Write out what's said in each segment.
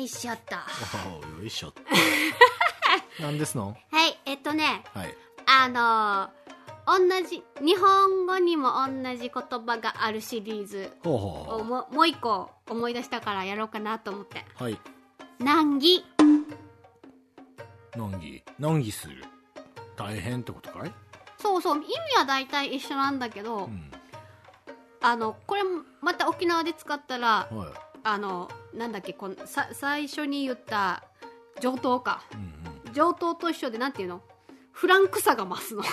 いしょっと。 よいしょ。なんですの？ はい、 はい。 同じ、日本語にも同じ言葉があるシリーズをもう一個思い出したからやろうかなと思って。 はい。 難儀。 難儀する。大変ってことかい？ そうそう、意味は大体一緒なんだけど、 うん、 これまた沖縄で使ったら、 はい、 なんだっけ、最初に言った上等か、 うんうん、上上等と一緒でなんていうの、フランクさが増すの。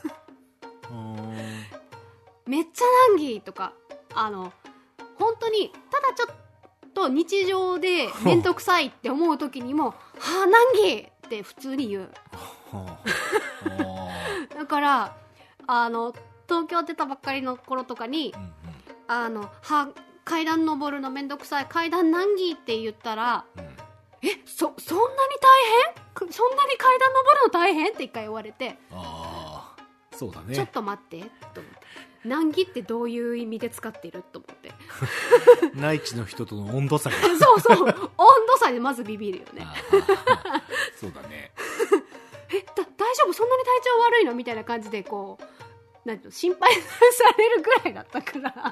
めっちゃ難儀とか、本当にただちょっと日常でめんどくさいって思う時にもはあ難儀って普通に言う。だから東京出たばっかりの頃とかに、階段登るのめんどくさい、階段難儀って言ったら、そんなに大変？そんなに階段登るの大変って一回言われて、 そうだね、 ちょっと待ってと思って、難儀ってどういう意味で使ってると思って内地の人との温度差がそうそう、温度差でまずビビるよね。 そうだね。 大丈夫、そんなに体調悪いのみたいな感じでこうなんていうの、心配されるぐらいだったから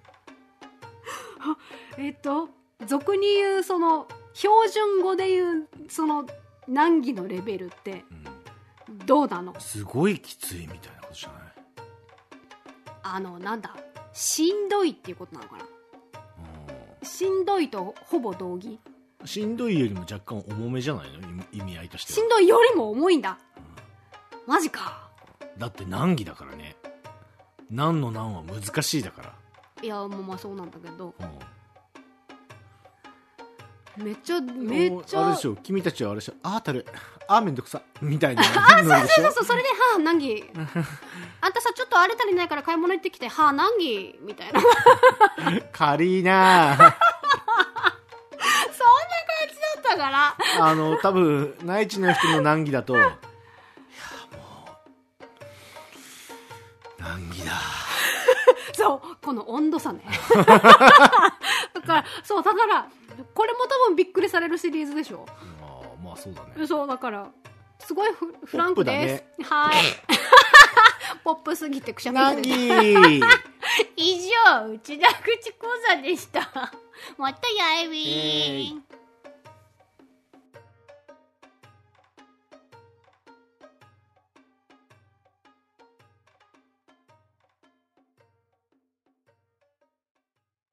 俗に言うその標準語で言うその難儀のレベルってどうなの？ すごいきついみたいなことじゃない？ なんだ、しんどいっていうことなのかな。しんどいとほぼ同義。 しんどいよりも若干重めじゃないの？意味合いとしては。 しんどいよりも重いんだ、マジか。 だって難儀だからね。難の難は難しいだから。 いや、もうまあそうなんだけど、めっちゃあれでしょ、君たちはあれでしょ、たるめんどくさみたいなそうそれではあ難儀あんたさ、ちょっとあれ足りないから買い物行ってきて、はあ難儀みたいな軽いなそんな感じだったから、 多分内地の人の難儀だと、いやもう難儀だそう、この温度差ねだからこれも多分びっくりされるシリーズでしょ。 まあそうだね。 そうだからすごいフランクです、ね、はいポップすぎてくしゃみが出た以上、内田口講座でした。またやいびー。